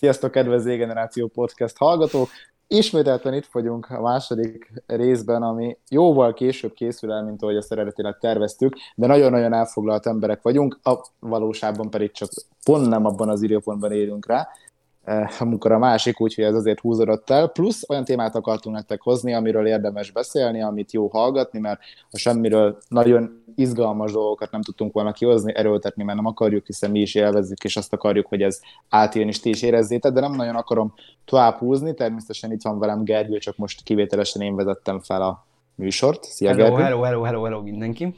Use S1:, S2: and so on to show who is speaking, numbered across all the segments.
S1: Sziasztok, kedves Z-generáció podcast hallgatók! Ismételten itt vagyunk a második részben, ami jóval később készül el, mint ahogy ezt eredetileg terveztük, de nagyon-nagyon elfoglalt emberek vagyunk, a valóságban pedig csak pont nem abban az időpontban érünk rá, amikor a másik, úgyhogy ez azért húzódott el. Plusz olyan témát akartunk nektek hozni, amiről érdemes beszélni, amit jó hallgatni, mert a semmiről nagyon izgalmas dolgokat nem tudtunk volna kihozni, erőltetni, mert nem akarjuk, hiszen mi is élvezzük, és azt akarjuk, hogy ez átjön is, ti is érezzétek, de nem nagyon akarom tovább húzni. Természetesen itt van velem Gergő, csak most kivételesen én vezettem fel a műsort. Szia,
S2: Hello,
S1: Gergő!
S2: hello, hello, hello, hello mindenki.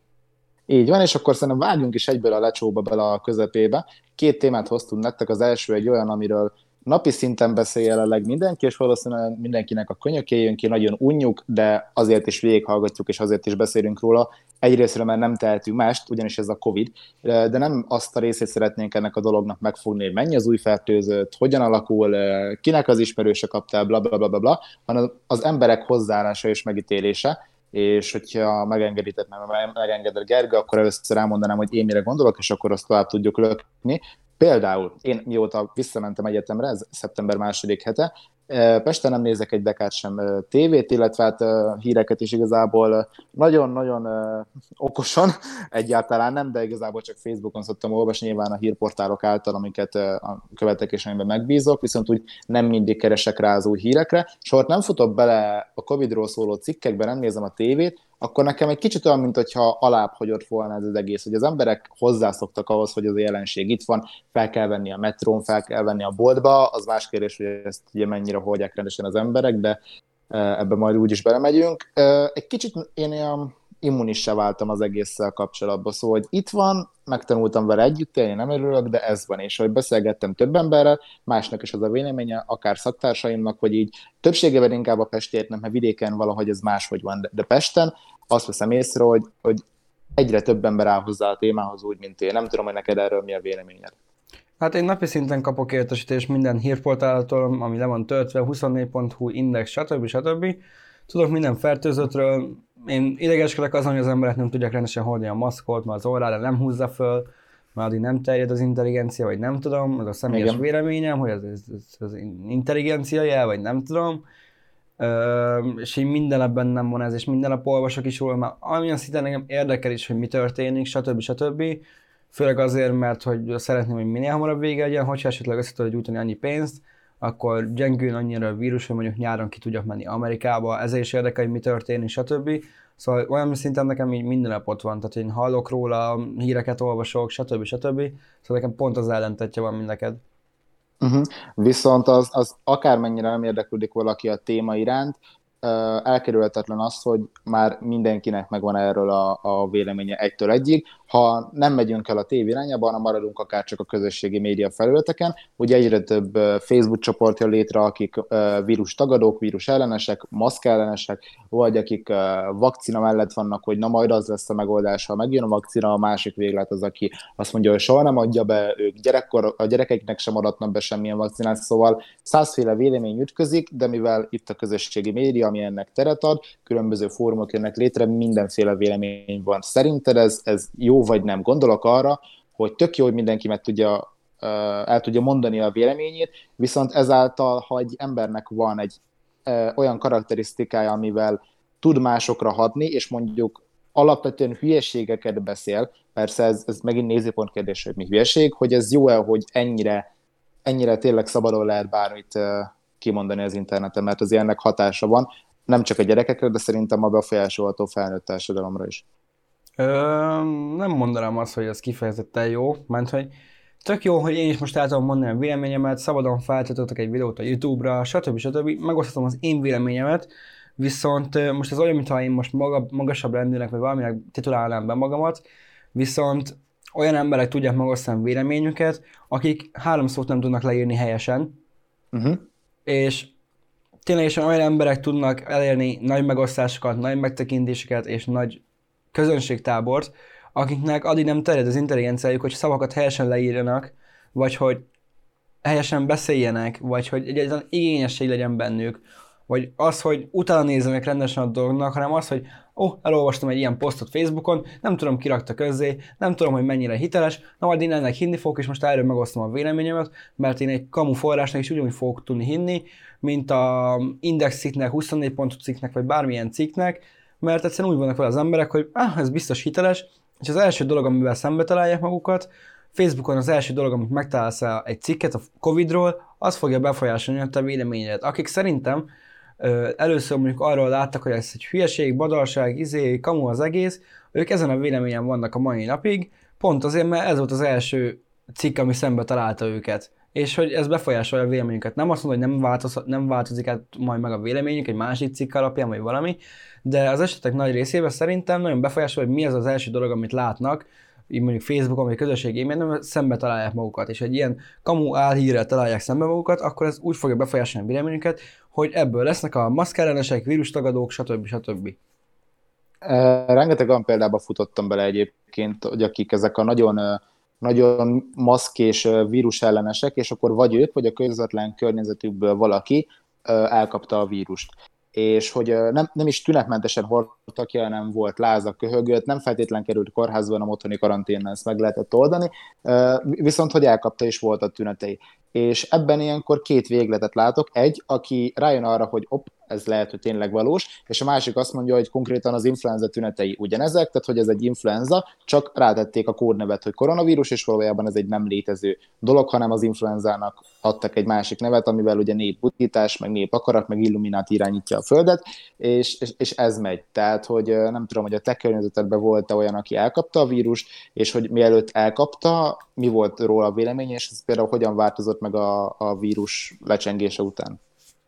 S1: Így van, és akkor szerintem vágjunk is egyből a lecsóba bele a közepébe. Két témát hoztunk nektek, az első egy olyan, amiről napi szinten beszél jelenleg mindenki, és valószínűleg mindenkinek a könyöké jön ki, nagyon unjuk, de azért is végighallgatjuk, és azért is beszélünk róla. Egyrésztről, mert nem tehetünk mást, ugyanis ez a Covid, de nem azt a részét szeretnénk ennek a dolognak megfogni, hogy mennyi az új fertőzött, hogyan alakul, kinek az ismerőse kapta, bla bla bla bla bla, hanem az emberek hozzáállása és megítélése. És hogyha megengedett Gergő, akkor először elmondanám, hogy én mire gondolok, és akkor azt tovább tudjuk lökni. Például én mióta visszamentem egyetemre, ez szeptember második hete, Pesten nem nézek egy dekát sem tévét, illetve hát híreket is igazából nagyon-nagyon okosan, egyáltalán nem, de igazából csak Facebookon szoktam olvasni, nyilván a hírportálok által, amiket követek és amiben megbízok, viszont úgy nem mindig keresek rá az új hírekre, és ha nem futok bele a Covid-ról szóló cikkekbe, nem nézem a tévét, akkor nekem egy kicsit olyan, mintha alább hagyott volna ez az egész, hogy az emberek hozzászoktak ahhoz, hogy az a jelenség itt van, fel kell venni a metrón, fel kell venni a boltba, az más kérdés, hogy ezt ugye mennyire hordják rendesen az emberek, de ebbe majd úgyis belemegyünk. Egy kicsit én ilyen immunissá váltam az egésszel kapcsolatban, szóval, hogy itt van, megtanultam vele együtt élni, nem örülök, de ez van, és ahogy beszélgettem több emberrel, másnak is az a véleménye, akár szaktársaimnak, hogy így többségében inkább a pestiért nem, mert vidéken valahogy ez máshogy van, de Pesten azt veszem észre, hogy egyre több ember áll hozzá a témához úgy, mint én. Nem tudom, hogy neked erről mi a véleményed.
S2: Hát én napi szinten kapok értesítést minden hírportáltól, ami le van töltve, 24.hu, Index, stb. Tudok minden fertőzöttről. Én idegeskedek azon, hogy az emberek nem tudják rendesen hordani a maszkot, mert az órára nem húzza föl, mert addig nem terjed az intelligencia, vagy nem tudom, ez a személyes
S1: Igen.
S2: véleményem, hogy ez az intelligencia jel, vagy nem tudom. És így minden ebben nem van ez, és minden nap olvasok is róla, mert amilyen szinten engem érdekel is, hogy mi történik, stb. Főleg azért, mert hogy szeretném, hogy minél hamarabb vége legyen, hogyha esetleg össze tudod gyújtani annyi pénzt, akkor gyengül annyira a vírus, hogy mondjuk nyáron ki tudjak menni Amerikába, ezért is érdekel, hogy mi történik, stb. Szóval olyan szinten nekem így minden nap ott van, tehát én hallok róla, híreket olvasok, stb. Szóval nekem pont az ellentetje van, mint neked.
S1: Viszont az akármennyire nem érdeklődik valaki a téma iránt, elkerülhetetlen az, hogy már mindenkinek megvan erről a véleménye egytől egyig. Ha nem megyünk el a tév irányába, hanem maradunk akár csak a közösségi média felületeken, ugye egyre több Facebook csoport jön létre, akik vírus tagadók, vírus ellenesek, maszk ellenesek, vagy akik vakcina mellett vannak, hogy na majd az lesz a megoldás, ha megjön a vakcina, a másik véglet az, aki azt mondja, hogy soha nem adja be, ők a gyerekeiknek sem adatnak be semmilyen vakcinát, szóval százféle vélemény ütközik, de mivel itt a közösségi média, ami ennek teret ad, különböző fórumok jönnek létre, mindenféle vélemény van. Szerinted ez jó vagy nem? Gondolok arra, hogy tök jó, hogy mindenki el tudja mondani a véleményét, viszont ezáltal, ha egy embernek van egy olyan karakterisztikája, amivel tud másokra hatni, és mondjuk alapvetően hülyeségeket beszél, persze ez megint nézőpont kérdés, hogy mi hülyeség, hogy ez jó-e, hogy ennyire tényleg szabadon lehet bármit kimondani az interneten, mert az ilyennek hatása van, nem csak a gyerekekre, de szerintem a befolyásolható felnőtt társadalomra is.
S2: Nem mondanám azt, hogy ez kifejezetten jó, mert hogy tök jó, hogy én is most el tudom mondani a véleményemet, szabadon feltöltöttek egy videót a YouTube-ra, stb. Megoszthatom az én véleményemet, viszont most ez olyan, mintha én most magasabb rendőrnek, vagy valaminek titulálnám be magamat, viszont olyan emberek tudják megosztani véleményüket, akik 3 szót nem tudnak leírni helyesen, és ténylegesen olyan emberek tudnak elérni nagy megosztásokat, nagy megtekintéseket és nagy közönségtábort, akiknek addig nem terjed az intelligenciájuk, hogy szavakat helyesen leírjanak, vagy hogy helyesen beszéljenek, vagy hogy egyáltalán igényesség legyen bennük, vagy az, hogy utána nézzenek rendesen a dolognak, hanem az, hogy elolvastam egy ilyen posztot Facebookon, nem tudom, ki rakta közzé, nem tudom, hogy mennyire hiteles, na majd én ennek hinni fogok, és most erről megosztom a véleményemet, mert én egy kamu forrásnak is ugyanúgy fogok tudni hinni, mint a Index cikknek, 24 pontú cikknek, vagy bármilyen cikknek, mert egyszerűen úgy vannak vele az emberek, hogy ez biztos hiteles, és az első dolog, amivel szembe találják magukat, Facebookon az első dolog, amit megtalálsz egy cikket a Covid-ról, az fogja befolyásolni a te véleményedet. Akik szerintem először mondjuk arról láttak, hogy ez egy hülyeség, badalság, kamu az egész, ők ezen a véleményen vannak a mai napig, pont azért, mert ez volt az első cikk, ami szembe találta őket. És hogy ez befolyásolja a véleményüket. Nem azt mondom, hogy nem változik át majd meg a véleményük egy másik cikk alapján, vagy valami, de az esetek nagy részében szerintem nagyon befolyásolja, hogy mi az az első dolog, amit látnak, így mondjuk Facebookon, vagy közösségi e-mailben, szembe találják magukat, és egy ilyen kamu álhírrel találják szembe magukat, akkor ez úgy fogja befolyásolni a véleményüket, hogy ebből lesznek a maszkellenesek, vírustagadók, stb.
S1: Rengeteg olyan példába futottam bele egyébként, hogy akik ezek a nagyon maszk és vírus ellenesek, és akkor vagy ők, vagy a közvetlen környezetükből valaki elkapta a vírust. És hogy nem is tünetmentesen hordtak ki, hanem volt láza, köhögött, nem feltétlen került kórházban, a otthoni karanténnal ezt meg lehetett oldani, viszont hogy elkapta és volt a tünetei. És ebben ilyenkor két végletet látok. Egy, aki rájön arra, hogy ez lehet, hogy tényleg valós, és a másik azt mondja, hogy konkrétan az influenza tünetei ugyanezek, tehát hogy ez egy influenza, csak rátették a kódnevet, hogy koronavírus, és valójában ez egy nem létező dolog, hanem az influenzának adtak egy másik nevet, amivel ugye népbutítás, meg népakarat, meg illuminát irányítja a Földet, és ez megy. Tehát, hogy nem tudom, hogy a te környezetedben volt-e olyan, aki elkapta a vírust, és hogy mielőtt elkapta, mi volt róla a vélemény, és ez például hogyan változott meg a vírus lecsengése után?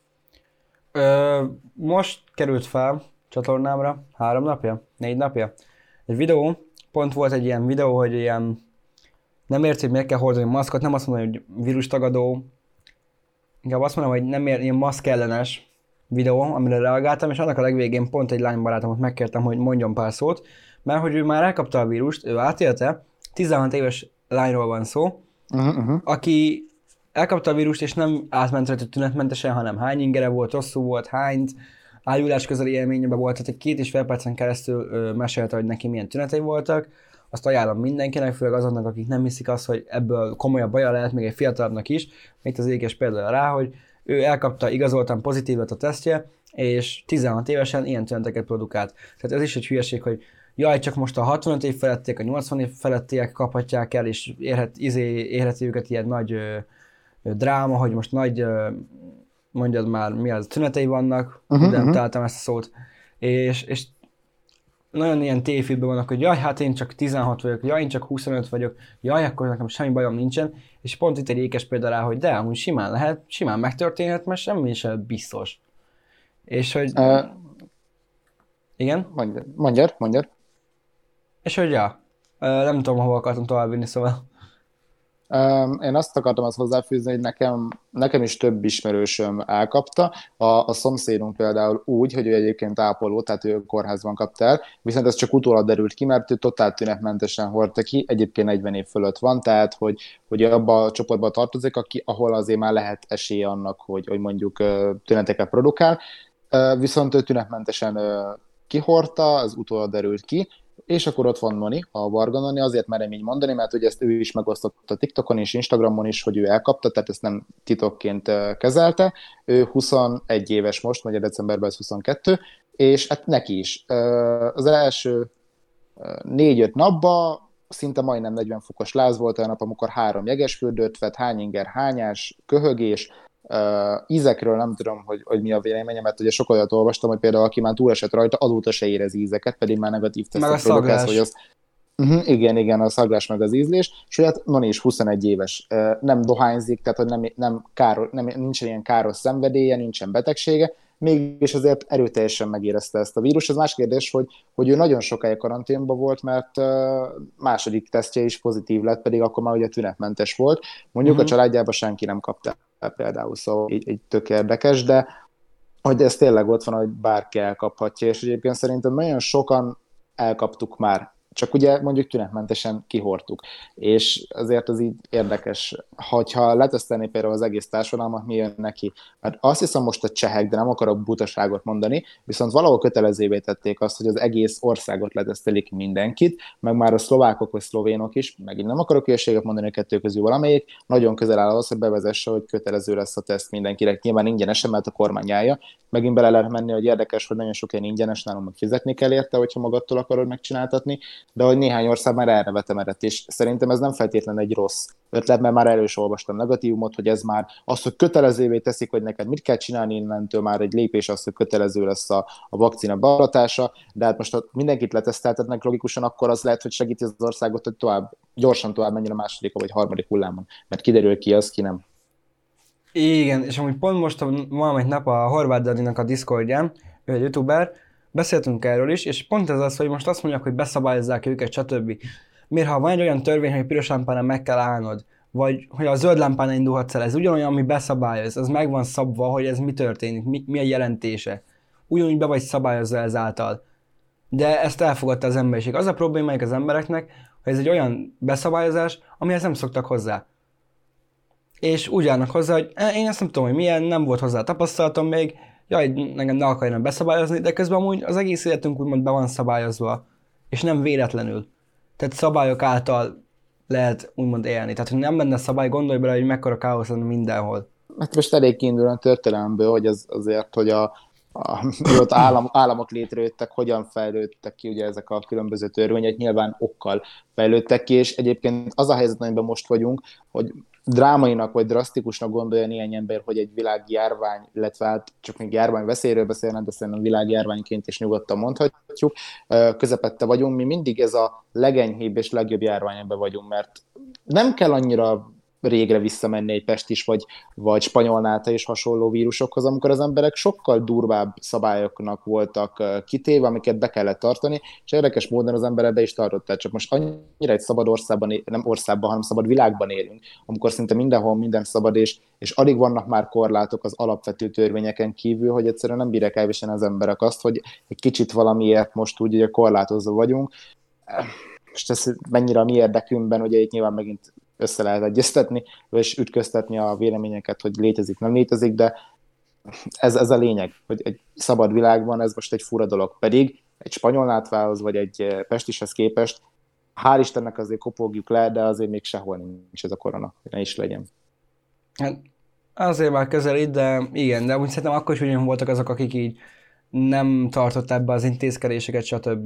S2: Most került fel csatornámra 3 napja, 4 napja egy videó, pont volt egy ilyen videó, hogy ilyen nem érti, hogy miért kell hordani maszkot, nem azt mondom, hogy vírustagadó, inkább azt mondom, hogy nem ilyen maszk ellenes videó, amire reagáltam, és annak a legvégén pont egy lánybarátomot megkértem, hogy mondjon pár szót, mert hogy ő már elkapta a vírust, ő átélte, 16 éves lányról van szó, aki elkapta a vírust, és nem átment rajta tünetmentesen, hanem hány ingere volt, rosszul volt, hányt, ájulás közeli élményében volt, tehát egy 2,5 percen keresztül mesélte, hogy neki milyen tünetei voltak. Azt ajánlom mindenkinek, főleg azoknak, akik nem hiszik azt, hogy ebből komolyabb baja lehet, még egy fiatalabbnak is. Itt az ékes például rá, hogy ő elkapta, igazoltan pozitív lett a tesztje, és 16 évesen ilyen tüneteket produkált. Tehát ez is egy hülyeség, hogy jaj, csak most a 65 év felettiek, a 80 év felettiek kaphatják el, és érheti őket ilyen nagy dráma, hogy most nagy, mondjad már, mi az, tünetei vannak, nem találtam ezt a szót, és nagyon ilyen tévhitben vannak, hogy jaj, hát én csak 16 vagyok, jaj, én csak 25 vagyok, jaj, akkor nekem semmi bajom nincsen, és pont itt egy ékes példa rá, hogy de, amúgy simán lehet, simán megtörténhet, mert semmi sem biztos. És hogy... Igen?
S1: Mondjad.
S2: És hogy ja, nem tudom, hova akartam továbbvinni, szóval...
S1: Én azt akartam hozzáfűzni, hogy nekem is több ismerősöm elkapta. A szomszédunk például úgy, hogy ő egyébként ápoló, tehát ő kórházban kapta el, viszont ez csak utólag derült ki, mert ő totál tünetmentesen hordta ki, egyébként 40 év fölött van, tehát hogy abba a csoportba tartozik, ahol azért már lehet esélye annak, hogy mondjuk tüneteket produkál, viszont ő tünetmentesen kihordta, az utólag derült ki, és akkor ott van Noni, a Varga Noni, azért merem így mondani, mert ugye ezt ő is megosztotta TikTokon és Instagramon is, hogy ő elkapta, tehát ezt nem titokként kezelte. Ő 21 éves most, vagy decemberben ez 22, és hát neki is. Az első 4-5 napban szinte majdnem 40 fokos láz volt olyan nap, amikor 3 jegesfürdőt vett, hány inger, hányás, köhögés, ízekről nem tudom, hogy mi a véleményem, mert ugye sok olyat olvastam, hogy például aki már túlesett rajta, azóta se érez ízeket, pedig már negatív tesztet produkálsz, hogy az... Igen, a szaglás meg az ízlés, és hát Noni is 21 éves, nem dohányzik, tehát hogy nincsen ilyen káros szenvedélye, nincsen betegsége, mégis azért erőteljesen megérezte ezt a vírus. Ez más kérdés, hogy ő nagyon sokáig karanténban volt, mert második tesztje is pozitív lett, pedig akkor már ugye tünetmentes volt. Mondjuk a családjában senki nem kapta például, szóval így tök érdekes, de hogy ez tényleg ott van, hogy bárki elkaphatja, és egyébként szerintem nagyon sokan elkaptuk már csak ugye mondjuk tünetmentesen kihordtuk. És azért az így érdekes, hogyha letesztelni például az egész társadalmat, mi jön neki. Mert azt hiszem most a csehek, de nem akarok butaságot mondani, viszont valahol kötelezővé tették azt, hogy az egész országot letesztelik mindenkit, meg már a szlovákok vagy szlovénok is, megint nem akarok hülyeséget mondani a kettő közül valamelyik, nagyon közel áll ahhoz, hogy bevezesse, hogy kötelező lesz a teszt mindenkinek. Nyilván ingyenesen, mert a kormány állja. Megint bele lehet menni, hogy érdekes, hogy nagyon sok ilyen ingyenes, nálunk meg fizetni kell érte, hogyha magadtól akarod megcsináltatni, de hogy néhány ország már erre vetemedett, és szerintem ez nem feltétlenül egy rossz ötlet, mert már erről is olvastam negatívumot, hogy ez már az, hogy kötelezővé teszik, hogy neked mit kell csinálni innentől, már egy lépés az, hogy kötelező lesz a vakcina beadatása, de hát most ha mindenkit leteszteltetnek logikusan, akkor az lehet, hogy segíti az országot, hogy gyorsan tovább menjen a második vagy harmadik hullámon, mert kiderül ki az, ki nem.
S2: Igen, és amúgy pont most valamelyik nap a Horváth Daninak a Discordján, ő egy youtuber, beszéltünk erről is, és pont ez az, hogy most azt mondják, hogy beszabályozzák őket, stb. Miért ha van egy olyan törvény, hogy piros lámpánál meg kell állnod, vagy hogy a zöld lámpánál indulhatsz el, ez ugyanolyan, ami beszabályoz, az meg van szabva, hogy ez mi történik, mi a jelentése. Ugyanúgy be vagy szabályozva ezáltal. De ezt elfogadta az emberiség. Az a problémájuk az embereknek, hogy ez egy olyan beszabályozás, amihez nem szoktak hozzá. És úgy állnak hozzá, hogy én ezt nem tudom, hogy milyen, nem volt hozzá tapasztalatom még, jaj, nekem ne akarjanak beszabályozni, de közben amúgy az egész életünk úgymond be van szabályozva, és nem véletlenül. Tehát szabályok által lehet úgymond élni. Tehát, hogy nem lenne szabály, gondolj bele, hogy mekkora káosz lenne mindenhol.
S1: Hát most elég kiindul a történelemből, hogy az azért, hogy mióta államok létrejöttek, hogyan fejlődtek ki ugye ezek a különböző törvények, nyilván okkal fejlődtek ki, és egyébként az a helyzet, amiben most vagyunk, hogy drámainak vagy drasztikusnak gondolja néhány ember, hogy egy világjárvány, illetve hát csak még járvány veszélyről beszélnek, de szerintem világjárványként is nyugodtan mondhatjuk, közepette vagyunk, mi mindig ez a legenyhébb és legjobb járványban vagyunk, mert nem kell annyira régre visszamenni egy pestis vagy spanyolnáta és hasonló vírusokhoz, amikor az emberek sokkal durvább szabályoknak voltak kitéve, amiket be kellett tartani, és érdekes módon az emberek be is tartották. Csak most annyira egy szabad országban, nem országban, hanem szabad világban élünk, amikor szinte mindenhol minden szabad, és alig vannak már korlátok az alapvető törvényeken kívül, hogy egyszerűen nem bírják elviselni az emberek azt, hogy egy kicsit valamiért most úgy ugye korlátozva vagyunk. Most ez mennyire a mi érdekünkben, ugye itt nyilván megint össze lehet egyeztetni, és ütköztetni a véleményeket, hogy létezik, nem létezik, de ez a lényeg, hogy egy szabad világban ez most egy fura dolog. Pedig egy spanyol nátvához, vagy egy pestishez képest, hál' Istennek azért kopogjuk le, de azért még sehol nincs ez a korona, hogy ne is legyen.
S2: Hát azért már közelít, de igen, de úgy szerintem akkor is ugyan voltak azok, akik így nem tartották be az intézkedéseket, stb.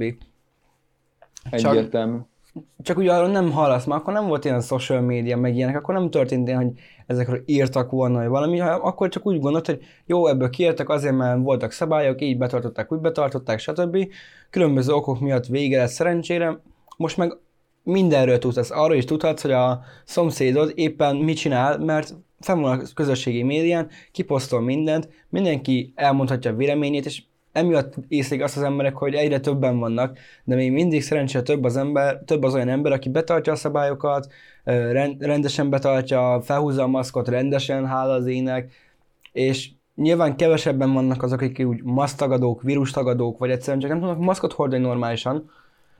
S1: Egyértelmű.
S2: Csak ugye arról nem hallasz, mert akkor nem volt ilyen social media, meg ilyenek, akkor nem történt ilyen, hogy ezekről írtak volna, vagy valami, akkor csak úgy gondolt, hogy jó, ebből kiértek azért, mert voltak szabályok, így betartották, úgy betartották, stb. Különböző okok miatt vége lett szerencsére. Most meg mindenről tudsz, arról is tudhatsz, hogy a szomszédod éppen mit csinál, mert fenn van a közösségi médián, kiposztol mindent, mindenki elmondhatja a véleményét, és emiatt észlik azt az emberek, hogy egyre többen vannak, de még mindig szerencsére több az olyan ember, aki betartja a szabályokat, rendesen betartja, felhúzza a maszkot rendesen, hála az ének, és nyilván kevesebben vannak azok, akik úgy maszktagadók, vírustagadók, vagy egyszerűen csak nem tudnak maszkot hordani normálisan,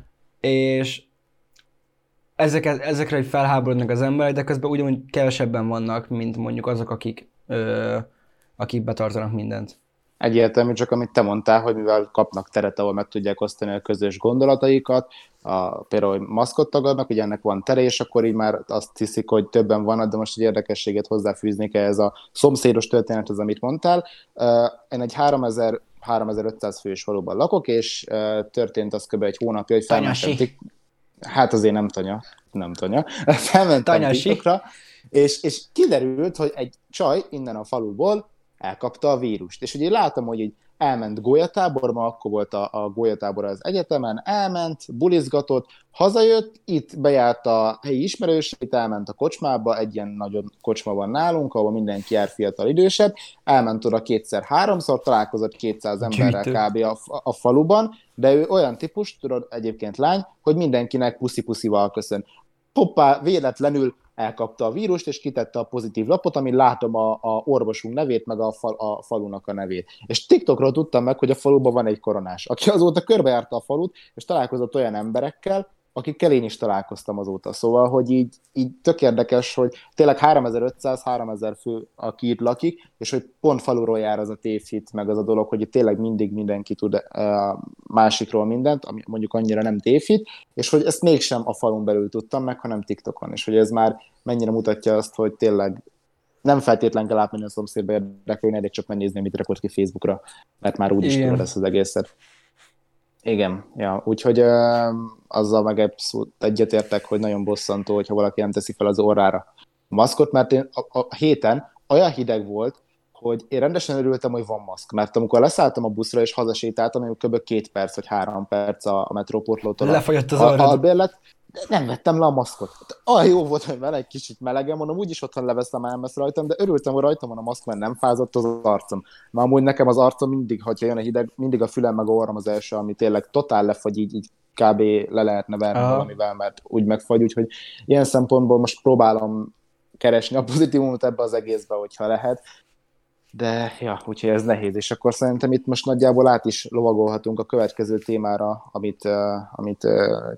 S2: és ezekre felháborodnak az emberek, de közben ugyanúgy kevesebben vannak, mint mondjuk azok, akik betartanak mindent.
S1: Egyértelmű, csak amit te mondtál, hogy mivel kapnak teret, ahol meg tudják osztani a közös gondolataikat, például, hogy maszkot tagadnak, ugye ennek van tere, és akkor így már azt hiszik, hogy többen vannak, de most egy érdekességet hozzáfűznék ehhez a szomszédos történethez, amit mondtál. Én egy 3500 fős faluban lakok, és történt az kb. Egy hónapja, hogy felmentem. Hát azért nem tanya. Felmentem TikTokra, és kiderült, hogy egy csaj innen a faluból elkapta a vírust. És ugye látom, hogy így elment gólyatáborba, akkor volt a gólyatábor az egyetemen, elment, bulizgatott, hazajött, itt bejárt a helyi ismerőseit, elment a kocsmába, egy ilyen nagyon kocsma van nálunk, ahol mindenki jár fiatal, idősebb, elment oda kétszer-háromszor, találkozott 200 emberrel kb. A faluban, de ő olyan típus, tudod, egyébként lány, hogy mindenkinek puszi-puszival köszön. Hoppá, véletlenül elkapta a vírust, és kitette a pozitív lapot, amin látom a orvosunk nevét, meg a falunak a nevét. És TikTokról tudtam meg, hogy a faluban van egy koronás, aki azóta körbejárta a falut, és találkozott olyan emberekkel, akikkel én is találkoztam azóta. Szóval, hogy így tök érdekes, hogy tényleg 3500-3000 fő, aki itt lakik, és hogy pont faluról jár az a tévhit, meg az a dolog, hogy itt tényleg mindig mindenki tud másikról mindent, ami mondjuk annyira nem tévhit, és hogy ezt mégsem a falun belül tudtam meg, hanem TikTokon, és hogy ez már mennyire mutatja azt, hogy tényleg nem feltétlenül kell átmenni a szomszédba érdeklődni, elég csak megnézni, mit rakott ki Facebookra, mert már úgyis tudod ezt az egészet. Igen, ja, úgyhogy azzal meg abszolút egyetértek, hogy nagyon bosszantó, hogyha valaki nem teszi fel az orrára a maszkot, mert én a héten olyan hideg volt, hogy én rendesen örültem, hogy van maszk, mert amikor leszálltam a buszra és hazasétáltam, én kb. 2 perc vagy 3 perc a metróportlótól
S2: Lefagyott az
S1: a
S2: orrod.
S1: albérlet, de nem vettem le a maszkot. Olyan jó volt, hogy vele egy kicsit melegen, mondom, úgyis otthon leveszem, nem lesz rajtam, de örültem, hogy rajtam van a maszk, mert nem fázott az arcom. Mert amúgy nekem az arcom mindig, ha jön a hideg, mindig a fülem meg a orrom az első, ami tényleg totál lefagy, így kb. Le lehetne verni valamivel, mert úgy megfagy, úgyhogy ilyen szempontból most próbálom keresni a pozitívumot ebbe az egészbe, hogyha lehet. De ja, úgyhogy ez nehéz, és akkor szerintem itt most nagyjából át is lovagolhatunk a következő témára, amit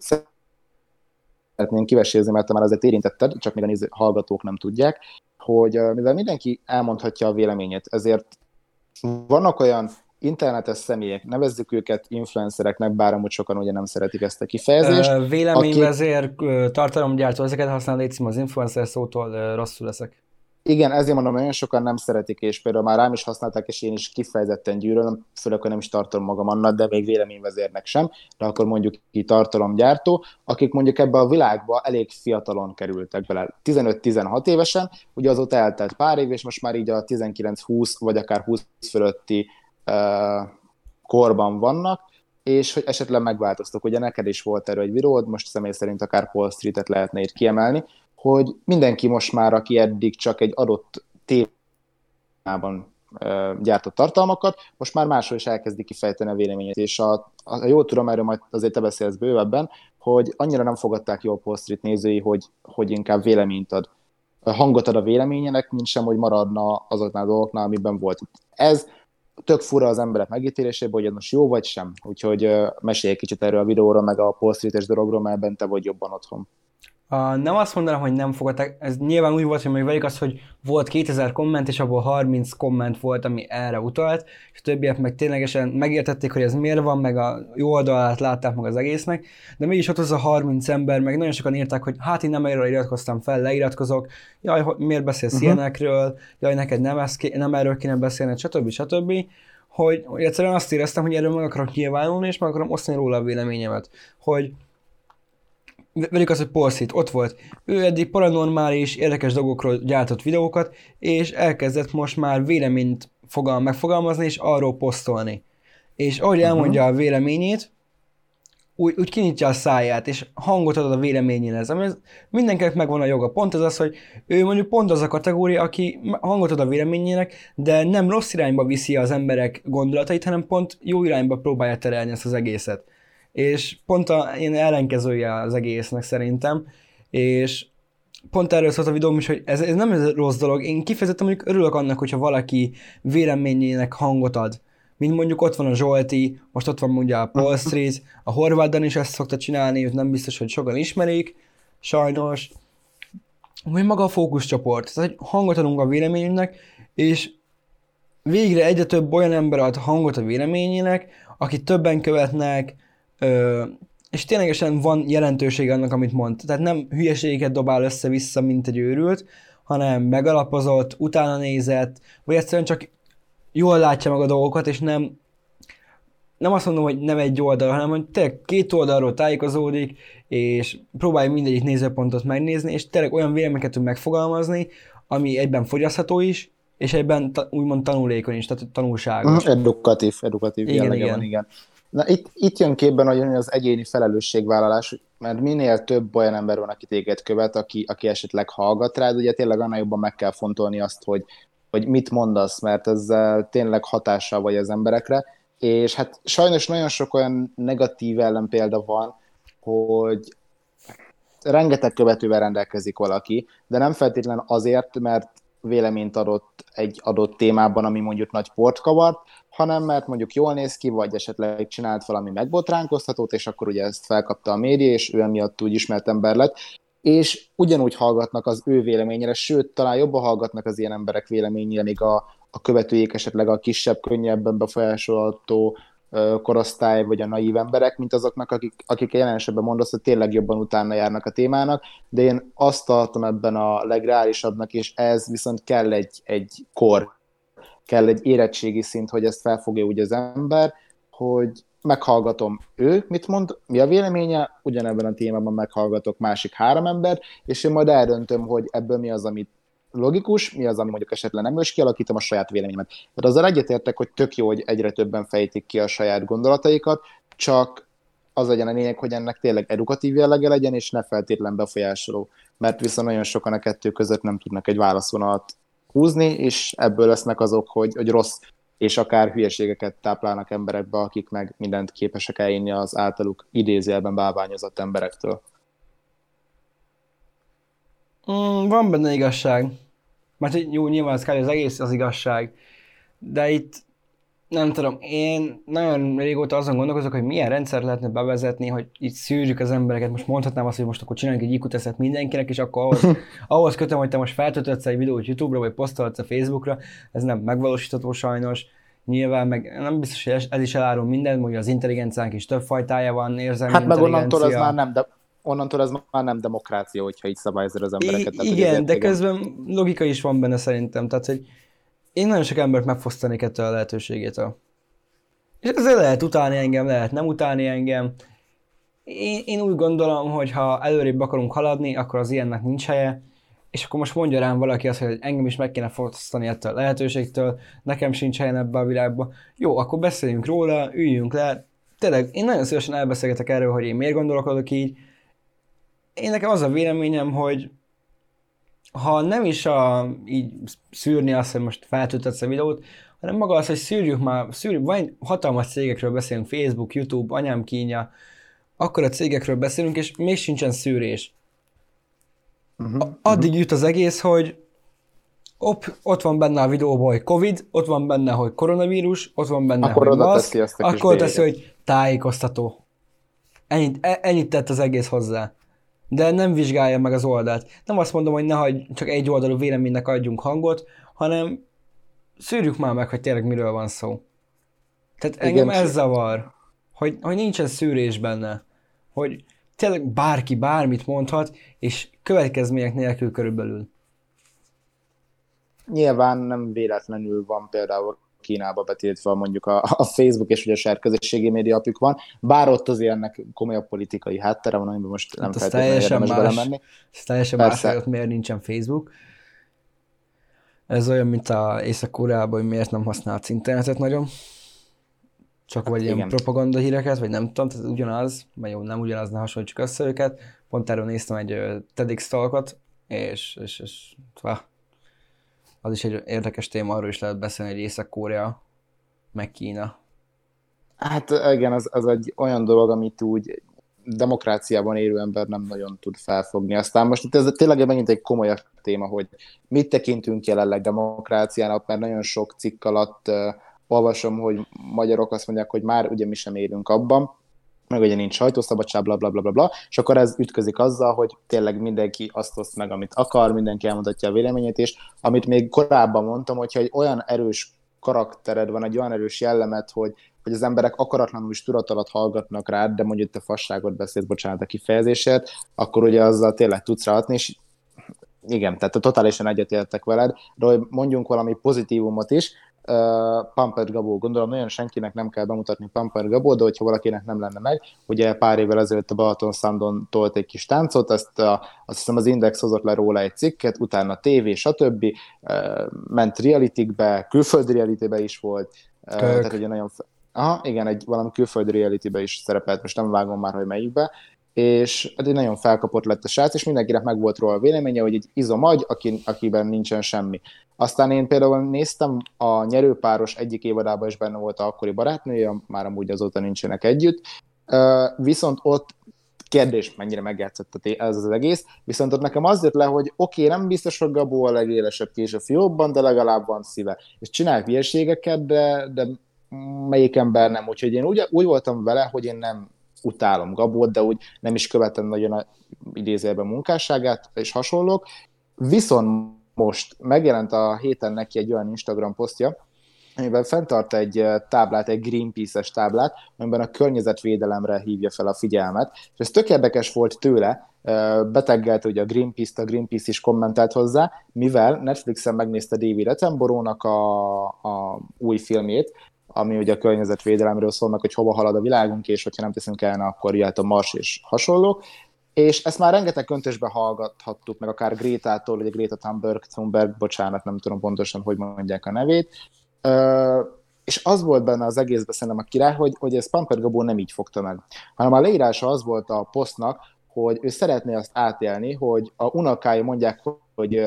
S1: szeretném kivesézni, mert te már azért érintetted, csak még a hallgatók nem tudják, hogy mivel mindenki elmondhatja a véleményét, ezért vannak olyan internetes személyek, nevezzük őket influencereknek, bár amúgy sokan ugye nem szeretik ezt a kifejezést.
S2: Véleményvezér, tartalomgyártó, ezeket használni légy az influencer szótól rosszul leszek.
S1: Igen, ezért mondom, nagyon sokan nem szeretik, és például már rám is használták, és én is kifejezetten gyűlölöm, főleg, hogy nem is tartom magam annak, de még véleményvezérnek sem, de akkor mondjuk ki tartalomgyártó, akik mondjuk ebbe a világba elég fiatalon kerültek bele, 15-16 évesen, ugye azóta eltelt pár év, és most már így a 19-20 vagy akár 20 fölötti korban vannak, és hogy esetleg megváltoztok. Ugye neked is volt erről egy videód, most személy szerint akár Paul Street-et lehetne itt kiemelni, hogy mindenki most már, aki eddig csak egy adott témában gyártott tartalmakat, most már máshol is elkezdi kifejteni a véleményét, és jól tudom, erről majd azért te beszélsz bővebben, hogy annyira nem fogadták jól Paul Street nézői, hogy inkább véleményt ad, hangot ad a véleményének, mint sem, hogy maradna azoknál a dolgoknál, amiben volt. Ez tök fura az emberek megítélésében, hogy ez most jó vagy sem. Úgyhogy mesélj egy kicsit erről a videóról, meg a Paul Street-es dologról, mert benne te vagy jobban otthon.
S2: Nem azt mondanám, hogy nem fogadták, ez nyilván úgy volt, hogy még velük az, hogy volt 2000 komment, és abból 30 komment volt, ami erre utalt, és a többiek meg ténylegesen megértették, hogy ez miért van, meg a jó oldalát látták meg az egésznek, de mégis ott az a 30 ember, meg nagyon sokan írták, hogy hát én nem erről iratkoztam fel, leiratkozok, jaj, miért beszélsz ilyenekről, jaj, neked nem erről kéne beszélni, stb. Hogy egyszerűen azt éreztem, hogy erről meg akarok nyilvánulni, és meg akarom osztani róla a véleményemet, hogy velük az, hogy Paul Street ott volt. Ő eddig paranormális, érdekes dolgokról gyártott videókat, és elkezdett most már véleményt megfogalmazni, és arról posztolni. És ahogy elmondja a véleményét, úgy kinyitja a száját, és hangot ad a véleményéhez. Ami mindenkinek megvan a joga. Pont ez az, hogy ő mondjuk pont az a kategória, aki hangot ad a véleményének, de nem rossz irányba viszi az emberek gondolatait, hanem pont jó irányba próbálja terelni ezt az egészet. És pont én ellenkezője az egésznek szerintem, és pont erről szólt a videóm is, hogy ez nem ez rossz dolog. Én kifejezetten mondjuk örülök annak, hogyha valaki véleményének hangot ad. Mint mondjuk ott van a Zsolti, most ott van mondjuk a Paul Street, a Horváth is ezt szokta csinálni, őt nem biztos, hogy sokan ismerik, sajnos. Vagy maga a fókuszcsoport, tehát hogy hangot adunk a véleményünknek, és végre egyre több olyan ember ad hangot a véleményének, akit többen követnek, és ténylegesen van jelentősége annak, amit mond. Tehát nem hülyeségeket dobál össze-vissza, mint egy őrült, hanem megalapozott, utána nézett, vagy egyszerűen csak jól látja meg a dolgokat, és nem azt mondom, hogy nem egy oldal, hanem hogy tényleg két oldalról tájékozódik, és próbálja mindegyik nézőpontot megnézni, és tényleg olyan véleményeket tud megfogalmazni, ami egyben fogyasztható is, és egyben úgymond tanulékony is, tehát tanulságos.
S1: Edukatív jellege van, igen. Na, itt jön képben az egyéni felelősségvállalás, mert minél több olyan ember van, aki téged követ, aki esetleg hallgat rád, ugye tényleg annál jobban meg kell fontolni azt, hogy mit mondasz, mert ezzel tényleg hatással vagy az emberekre, és hát sajnos nagyon sok olyan negatív ellenpélda van, hogy rengeteg követővel rendelkezik valaki, de nem feltétlenül azért, mert véleményt adott egy adott témában, ami mondjuk nagy port kavart, hanem mert mondjuk jól néz ki, vagy esetleg csinált valami megbotránkoztatót, és akkor ugye ezt felkapta a média, és ő emiatt úgy ismert ember lett, és ugyanúgy hallgatnak az ő véleményére, sőt, talán jobban hallgatnak az ilyen emberek véleményére, még a követőjék esetleg a kisebb, könnyebben befolyásolható korosztály, vagy a naív emberek, mint azoknak, akik jelen esetben mondasz, hogy tényleg jobban utána járnak a témának, de én azt tartom ebben a legreálisabbnak, és ez viszont kell egy kor, kell egy érettségi szint, hogy ezt felfogja úgy az ember, hogy meghallgatom ő, mit mond, mi a véleménye, ugyanebben a témában meghallgatok másik 3 ember, és én majd eldöntöm, hogy ebből mi az, amit logikus, mi az, ami mondjuk esetleg nem, és kialakítom a saját véleményemet. Tehát azzal egyetértek, hogy tök jó, hogy egyre többen fejtik ki a saját gondolataikat, csak az legyen a lényeg, hogy ennek tényleg edukatív jellege legyen, és ne feltétlen befolyásoló, mert viszont nagyon sokan a kettő között nem tudnak egy válaszvonalat húzni, és ebből lesznek azok, hogy rossz és akár hülyeségeket táplálnak emberekbe, akik meg mindent képesek elinni az általuk idézőjelben bálványozott emberektől.
S2: Van benne igazság. Mert jó, nyilván az egész az igazság. De itt nem tudom, én nagyon régóta azon gondolkozok, hogy milyen rendszer lehetne bevezetni, hogy itt szűrjük az embereket. Most mondhatnám azt, hogy most akkor csináljuk egy IQ-tesztet mindenkinek, és akkor ahhoz kötöm, hogy te most feltöltődsz egy videót YouTube-ra, vagy posztolsz a Facebookra. Ez nem megvalósítható sajnos. Nyilván, meg nem biztos, hogy ez is elárul mindent, hogy az intelligenciánk is több fajtája van, érzelmi
S1: hát meg
S2: intelligencia.
S1: onnantól ez már nem demokrácia, hogyha így szabályozod az embereket.
S2: Igen, de közben logika is van benne szerintem. Tehát, hogy én nagyon sok embert megfosztanék ettől a lehetőségétől. És ezzel lehet utálni engem, lehet nem utálni engem. Én úgy gondolom, hogy ha előrébb akarunk haladni, akkor az ilyennek nincs helye, és akkor most mondja rám valaki azt, hogy engem is meg kéne fosztani ettől a lehetőségtől, nekem sincs helyen ebbe a világba. Jó, akkor beszéljünk róla, üljünk le. Tényleg, én nagyon szívesen elbeszélgetek erről, hogy én miért gondolkodok így. Én nekem az a véleményem, hogy ha nem is így szűrni azt, hogy most feltöltetsz a videót, hanem maga az, hogy szűrjük, vagy hatalmas cégekről beszélünk, Facebook, YouTube, anyám kínja, akkor a cégekről beszélünk, és még sincsen szűrés. Addig jut az egész, hogy ott van benne a videóban, hogy Covid, ott van benne, hogy koronavírus, ott van benne,
S1: akkor
S2: hogy maszk, akkor
S1: teszi,
S2: hogy tájékoztató. Ennyit tett az egész hozzá. De nem vizsgálja meg az oldalt. Nem azt mondom, hogy nehogy csak egy oldalú véleménynek adjunk hangot, hanem szűrjük már meg, hogy tényleg miről van szó. Tehát engem ez zavar, hogy nincsen szűrés benne. Hogy tényleg bárki bármit mondhat, és következmények nélkül körülbelül.
S1: Nyilván nem véletlenül van például Kínába betiltva mondjuk a Facebook és ugye a saját közösségi média apjuk van, bár ott azért ennek komolyabb politikai háttere van, amiben most nem feltétlenül érdemes belemenni.
S2: Ez teljesen más, hogy ott miért nincsen Facebook. Ez olyan, mint Észak-Koreában, hogy miért nem használsz internetet nagyon. Csak vagy ilyen propaganda híreket, vagy nem tudom, tehát ugyanaz, vagy jó, nem ugyanaz, ne hasonlítsuk össze őket. Pont erről néztem egy TEDx talkot, és az is egy érdekes téma, arról is lehet beszélni, hogy Észak-Korea, meg Kína.
S1: Hát igen, az egy olyan dolog, amit úgy demokráciában élő ember nem nagyon tud felfogni. Aztán most itt ez tényleg megint egy komolyabb téma, hogy mit tekintünk jelenleg demokráciának, mert nagyon sok cikk alatt olvasom, hogy magyarok azt mondják, hogy már ugye mi sem élünk abban, meg ugye nincs sajtószabadság, bla, és akkor ez ütközik azzal, hogy tényleg mindenki azt oszt meg, amit akar, mindenki elmondhatja a véleményét, és amit még korábban mondtam, hogyha egy olyan erős karaktered van, egy olyan erős jellemet, hogy az emberek akaratlanul is tudat alatt hallgatnak rád, de mondjuk te fasságot beszélsz, bocsánat a kifejezésért, akkor ugye azzal tényleg tudsz ráhatni, és igen, tehát totálisan egyetértek veled, de hogy mondjunk valami pozitívumot is, Pampert Gabó, gondolom nagyon senkinek nem kell bemutatni Pampert Gabó, de hogyha valakinek nem lenne meg, ugye pár évvel ezelőtt a Balaton Soundon tolt egy kis táncot, azt hiszem az Index hozott le róla egy cikket, utána tévé, stb. Ment realitybe, külföldi realitybe is volt, tehát ugye nagyon... igen, valami külföldi realitybe is szerepelt, most nem vágom már, hogy melyikbe, és nagyon felkapott lett a srác, és mindenkinek meg volt róla a véleménye, hogy egy izomagy, akiben nincsen semmi. Aztán én például néztem a Nyerőpáros egyik évadában is benne volt a akkori barátnője, már amúgy azóta nincsenek együtt, viszont ott kérdés, mennyire megjátszott ez az egész, viszont ott nekem az jött le, hogy oké, nem biztos, hogy Gabó a legélesebb kés a fiókban, de legalább van szíve. És csinál hülyeségeket, de melyik ember nem. Úgyhogy én úgy voltam vele, hogy én nem utálom Gabót, de úgy nem is követem nagyon a idézőjelben munkásságát, és hasonlók. Viszont most megjelent a héten neki egy olyan Instagram posztja, amiben fenntart egy táblát, egy Greenpeace-es táblát, amiben a környezetvédelemre hívja fel a figyelmet. És ez tök érdekes volt tőle, beteggelte ugye a Greenpeace-t, a Greenpeace is kommentelt hozzá, mivel Netflixen megnézte David Attenborough-nak a új filmjét, ami ugye a környezetvédelemről szól, meg hogy hova halad a világunk, és hogyha nem teszünk el, akkor jöhet a Mars és hasonlók. És ezt már rengeteg köntösbe hallgathattuk, meg akár Grétától, ugye Greta Thunberg, bocsánat, nem tudom pontosan, hogy mondják a nevét. És az volt benne az egészben szerintem a király, hogy ez Pamper Gabó nem így fogta meg, hanem a leírása az volt a posztnak, hogy ő szeretné azt átélni, hogy a unokái mondják, hogy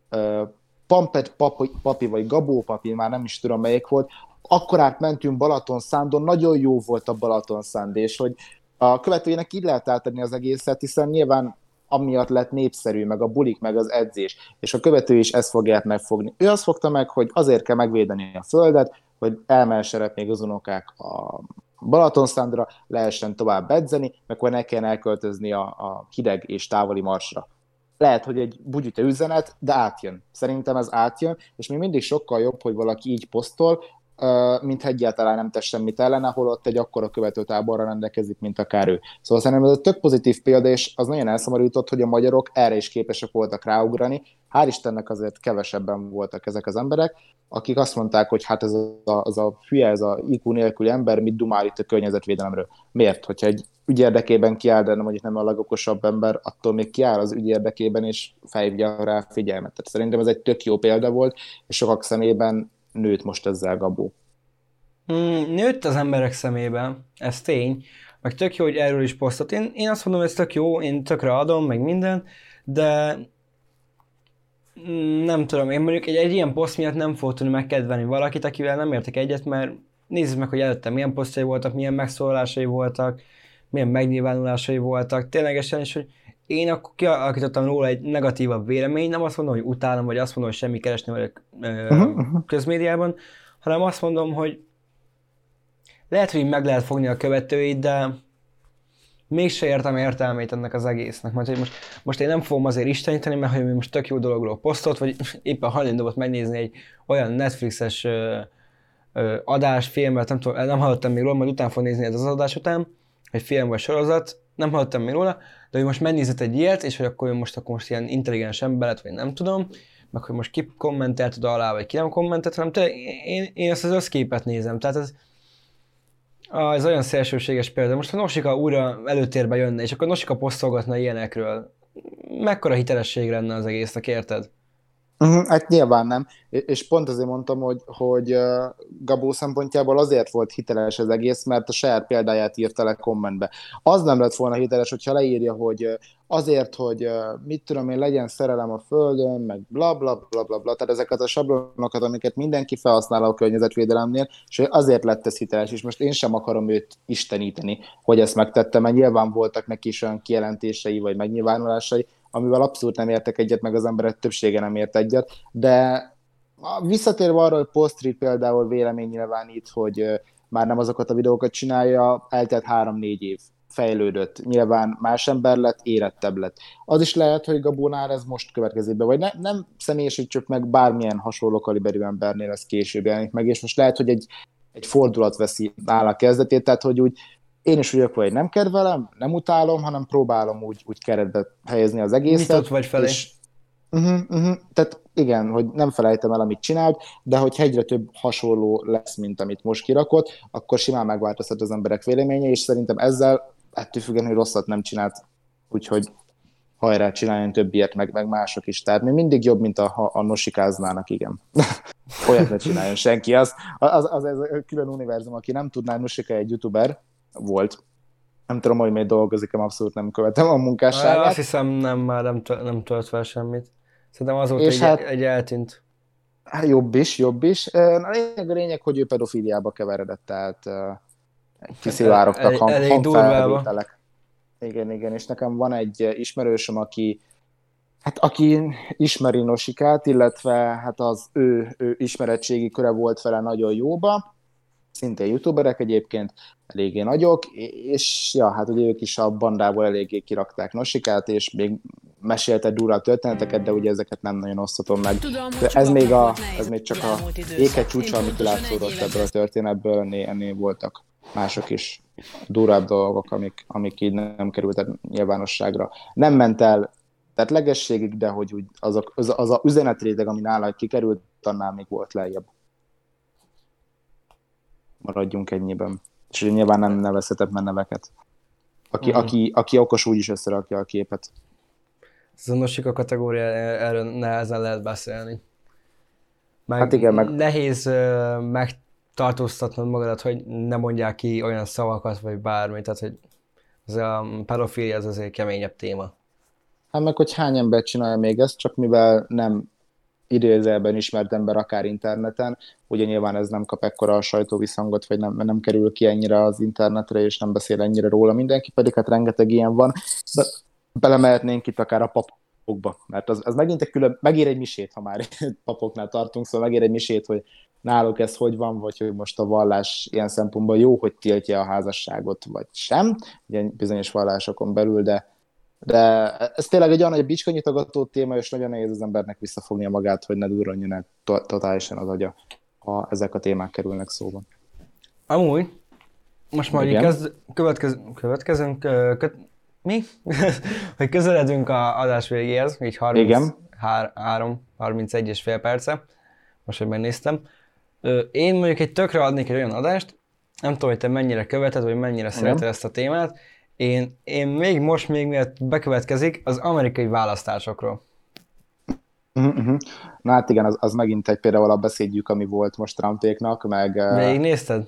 S1: Pampet papi, vagy Gabó papi, már nem is tudom melyik volt, akkor átmentünk Balatonszándon, nagyon jó volt a Balatonszánd, és hogy a követőjének így lehet átadni az egészet, hiszen nyilván amiatt lett népszerű, meg a bulik, meg az edzés, és a követő is ezt fogják megfogni. Ő azt fogta meg, hogy azért kell megvédeni a földet, hogy elmehessenek még az unokák a Balatonszándra, lehessen tovább edzeni, meg hogy ne kelljen elköltözni a hideg és távoli marsra. Lehet, hogy egy bugyüte üzenet, de átjön. Szerintem ez átjön, és még mindig sokkal jobb, hogy valaki így posztol, mint egyáltalán nem tesz semmit ellene, holott egy akkora követőtáborra rendelkezik, mint akár ő. Szóval szerintem ez egy tök pozitív példa, és az nagyon elszomorított, hogy a magyarok erre is képesek voltak ráugrani. Hál' Istennek azért kevesebben voltak ezek az emberek, akik azt mondták, hogy hát ez a hülye, ez a IQ nélküli ember mit dumál itt a környezetvédelemről. Miért? Hogyha egy ügy érdekében kiáll, de mondjuk nem a legokosabb ember, attól még kiáll az ügy érdekében, és felhívja rá figyelmet. Tehát szerintem ez egy tök jó példa volt, és sokak szemében nőtt most ezzel Gabó.
S2: Nőtt az emberek szemében, ez tény, meg tök jó, hogy erről is posztot. Én azt mondom, hogy ez tök jó, én tökre adom, meg minden, de nem tudom, én mondjuk egy ilyen poszt miatt nem fogok tudni megkedvelni valakit, akivel nem értek egyet, mert nézzük meg, hogy előtte milyen posztjai voltak, milyen megszólalásai voltak, milyen megnyilvánulásai voltak, ténylegesen, és hogy én akkor kialakítottam róla egy negatívabb vélemény, nem azt mondom, hogy utálom, vagy azt mondom, hogy semmi keresni vagyok közmédiában, hanem azt mondom, hogy lehet, hogy meg lehet fogni a követőit, de mégse értem értelmét ennek az egésznek, mert hogy most én nem fogom azért isteníteni, mert hogy most tök jó dologról posztolt, vagy éppen hajlandó volt megnézni egy olyan Netflixes adás, filmet, nem tudom, nem hallottam még róla, majd utána fog nézni ez az adás után, egy film vagy sorozat, nem hallottam még róla, de hogy most megnézett egy ilyet, és hogy akkor most ilyen intelligens ember lett, vagy nem tudom, meg hogy most ki kommentelt oda alá, vagy ki nem kommentelt, hanem én ezt az összképet nézem, tehát ez olyan szélsőséges példa. Most ha Nosika újra előtérbe jönne, és akkor Nosika posztolgatna ilyenekről, mekkora hitelesség lenne az egésznek, érted?
S1: Hát nyilván nem, és pont azért mondtam, hogy Gabó szempontjából azért volt hiteles az egész, mert a saját példáját írta le kommentbe. Az nem lett volna hiteles, hogyha leírja, hogy azért, hogy mit tudom én, legyen szerelem a földön, meg bla bla bla bla bla, tehát ezeket a sablonokat, amiket mindenki felhasznál a környezetvédelemnél, és azért lett ez hiteles, és most én sem akarom őt isteníteni, hogy ezt megtette, mert nyilván voltak neki is olyan kijelentései, vagy megnyilvánulásai, amivel abszolút nem értek egyet, meg az emberek többsége nem ért egyet, de visszatérve arra, hogy Postri például véleménynyilvánít, hogy már nem azokat a videókat csinálja, eltelt 3-4 év, fejlődött, nyilván más ember lett, érettebb lett. Az is lehet, hogy Gabónál ez most következik be, vagy nem személyesítsük meg, bármilyen hasonló kaliberű embernél ez később jelenik meg, és most lehet, hogy egy fordulat veszi nála kezdetét, tehát hogy úgy én is vagyok, hogy nem kedvelem, nem utálom, hanem próbálom úgy keretbe helyezni az egészet.
S2: Nyitott vagy felé. És,
S1: tehát igen, hogy nem felejtem el, amit csinált, de hogy egyre több hasonló lesz, mint amit most kirakott, akkor simán megváltoztat az emberek véleménye, és szerintem ezzel ettől függetlenül rosszat nem csinált, úgyhogy hajrá, csináljon több ilyet, meg mások is. Tehát még mindig jobb, mint a nosikáznának, igen. Olyat ne csináljon senki. Az egy külön univerzum, aki nem tudná, Nosika egy youtuber volt. Nem tudom, hogy még dolgozik, abszolút nem követem a munkásságát.
S2: Azt hiszem, már nem tölt fel semmit. Szerintem azóta egy eltűnt.
S1: Jobb is. A lényeg, hogy ő pedofíliába keveredett, tehát kiszivárogtak hangfelvételek. Igen, igen, és nekem van egy ismerősöm, aki ismeri Nosikát, illetve hát az ő ismeretségi köre volt vele nagyon jóba, szintén youtuberek egyébként, eléggé nagyok, és ja, hát ugye ők is a bandából eléggé kirakták Nosikát, és még meséltek durva történeteket, de ugye ezeket nem nagyon osztatom meg.
S3: Tudom, hogy
S1: De ez még,
S3: volt nehéz
S1: ez még csak a
S3: elmúlt időszak.
S1: éke csúcsa,
S3: Én
S1: amit
S3: tudom,
S1: látszódott
S3: 40
S1: ebből a történetből, ennél voltak mások is durvább dolgok, amik így nem kerültek nyilvánosságra. Nem ment el tettlegességig, de hogy úgy az a üzenetréteg, ami nála kikerült, annál még volt lejjebb. Maradjunk ennyiben. És ugye nyilván nem nevezhetek már neveket. Aki okos, úgy is összerakja a képet.
S2: Ez a Nosika kategória, erről nehezen lehet beszélni.
S1: Hát igen, meg
S2: nehéz megtartóztatnod magadat, hogy ne mondják ki olyan szavakat, vagy bármit, tehát hogy ez a pedofília az azért keményebb téma.
S1: hát meg, hogy hány ember csinálja még ezt, csak mivel nem idézőjelben ismert ember akár interneten, ugye nyilván ez nem kap ekkora a sajtóvisszhangot, vagy nem kerül ki ennyire az internetre, és nem beszél ennyire róla mindenki, pedig hát rengeteg ilyen van. De belemehetnénk itt akár a papokba, mert az megint egy külön, megír egy misét, ha már papoknál tartunk, szóval megír egy misét, hogy náluk ez hogy van, vagy hogy most a vallás ilyen szempontból jó, hogy tiltja a házasságot, vagy sem, ugye bizonyos vallásokon belül, de ez tényleg egy olyan nagy bicskanyitogató téma, és nagyon nehéz az embernek visszafognia magát, hogy ne durranjon el totálisan az agya, ha ezek a témák kerülnek szóba.
S2: Amúgy, most már
S1: Igen.
S2: következünk, mi? Hogy közeledünk a adás végéhez, így
S1: Igen.
S2: 31 és fél perce, most, hogy megnéztem. Én mondjuk egy tökre adnék egy olyan adást, nem tudom, hogy te mennyire követed, vagy mennyire szereted ezt a témát. Én még miatt bekövetkezik az amerikai választásokról.
S1: Na hát igen, az megint egy például a beszédjük, ami volt most Trumpéknak, meg...
S2: Végignézted?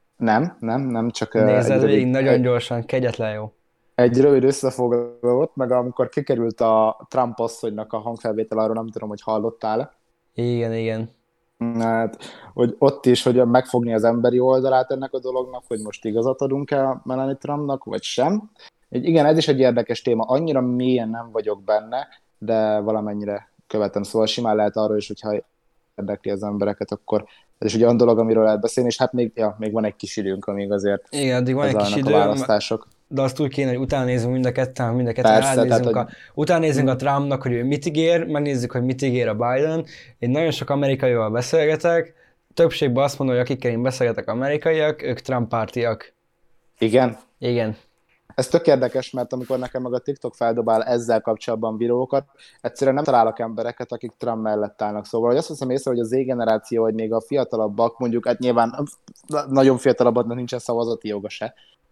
S1: Nem, csak...
S2: Nézed végig nagyon gyorsan, kegyetlen jó.
S1: Egy rövid összefoglalót, meg amikor kikerült a Trump asszonynak a hangfelvétel, arról nem tudom, hogy hallottál.
S2: Igen.
S1: Hát, hogy ott is, hogy megfogni az emberi oldalát ennek a dolognak, hogy most igazat adunk-e Melanie Trumpnak, vagy sem. Igen, ez is egy érdekes téma. Annyira mélyen nem vagyok benne, de valamennyire követem. Szóval simán lehet arról is, hogyha érdekli az embereket, akkor ez is egy olyan dolog, amiről lehet beszélni, és hát még van egy kis időnk, amíg azért
S2: igen, addig van egy kis idő,
S1: a választások.
S2: De azt úgy kéne, hogy utána nézzünk mind a ketten
S1: Persze,
S2: utána nézzünk a Trumpnak, hogy ő mit ígér, megnézzük, hogy mit ígér a Biden. Én nagyon sok amerikaival beszélgetek, többségben azt mondom, hogy akikkel én beszélgetek amerikaiak, ők Trump pártiak.
S1: Igen?
S2: Igen.
S1: Ez tök érdekes, mert amikor nekem meg a TikTok feldobál ezzel kapcsolatban videókat, egyszerűen nem találok embereket, akik Trump mellett állnak. Szóval hogy azt veszem észre, hogy a Z-generáció, vagy még a fiatalabbak, mondjuk, hát nyilván nagyon fiatalabbaknak nincsen szavazati joga se,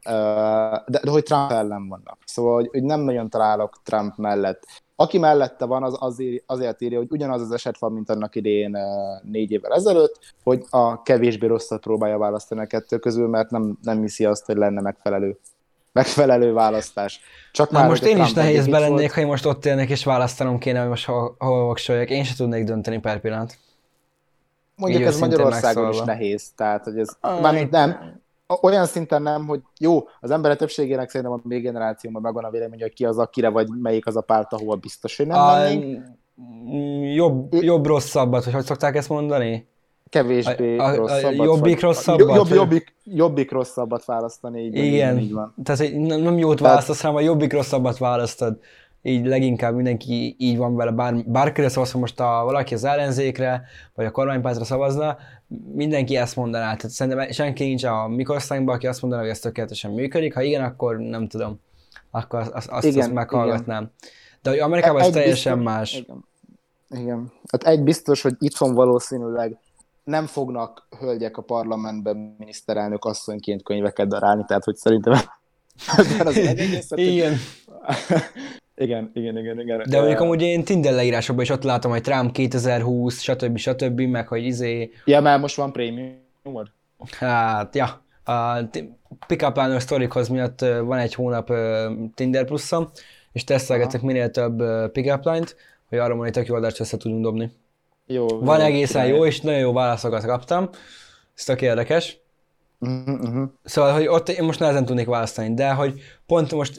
S1: de hogy Trump ellen vannak. Szóval hogy nem nagyon találok Trump mellett. Aki mellette van, az azért írja, hogy ugyanaz az eset van, mint annak idején 4 évvel ezelőtt, hogy a kevésbé rosszat próbálja választani a kettő közül, mert nem hiszi azt, hogy lenne megfelelő választás. Csak
S2: na
S1: már,
S2: most én is nehéz belennék,
S1: volt...
S2: ha én most ott élnék és választanom kéne, hogy most hol voksoljak. Én sem tudnék dönteni per pillanat.
S1: Mondjuk
S2: így
S1: ez Magyarországon
S2: megszólva.
S1: is nehéz. Tehát, hogy ez nem. Olyan szinten nem, hogy jó, az emberek többségének szerintem a még generációban megvan a vélemény, hogy ki az, akire, vagy melyik az a párt, ahol biztos, hogy nem mennénk.
S2: Jobb-rosszabbat, hogy szokták ezt mondani?
S1: Kevésbé rosszabbat.
S2: Jobbik-rosszabbat?
S1: Jobbik-rosszabbat választani, így van.
S2: Tehát hogy nem jót választasz, hanem a jobbik-rosszabbat választod. Így leginkább mindenki így van vele, bárkire szavaz, ha most valaki az ellenzékre, vagy a kormánypártra szavazna, mindenki ezt mondaná. Tehát szerintem senki nincs a mi korosztályunkban, aki azt mondaná, hogy ez tökéletesen működik. Ha igen, akkor nem tudom. Akkor azt meghallgatnám. Igen. De hogy Amerikában ez teljesen más.
S1: Igen. Hát egy biztos, hogy itthon valószínűleg nem fognak hölgyek a parlamentben miniszterelnök asszonyként könyveket darálni, tehát hogy szerintem az
S2: igen.
S1: Igen.
S2: De mondjuk amúgy én Tinder leírásokban is ott látom, hogy Trump 2020, stb. Meg hogy
S1: Ja, mert most van prémiumod?
S2: Hát, ja. A Pickup Liner sztorikhoz miatt van egy hónap Tinder pluszom, és tesztelgetek minél több Pickup Line-t, hogy arra mondani, tök jó adást össze tudunk dobni. Van egészen jó, és nagyon jó válaszokat kaptam. Ez tök érdekes. Szóval, hogy ott én most nehezen tudnék választani, de hogy pont most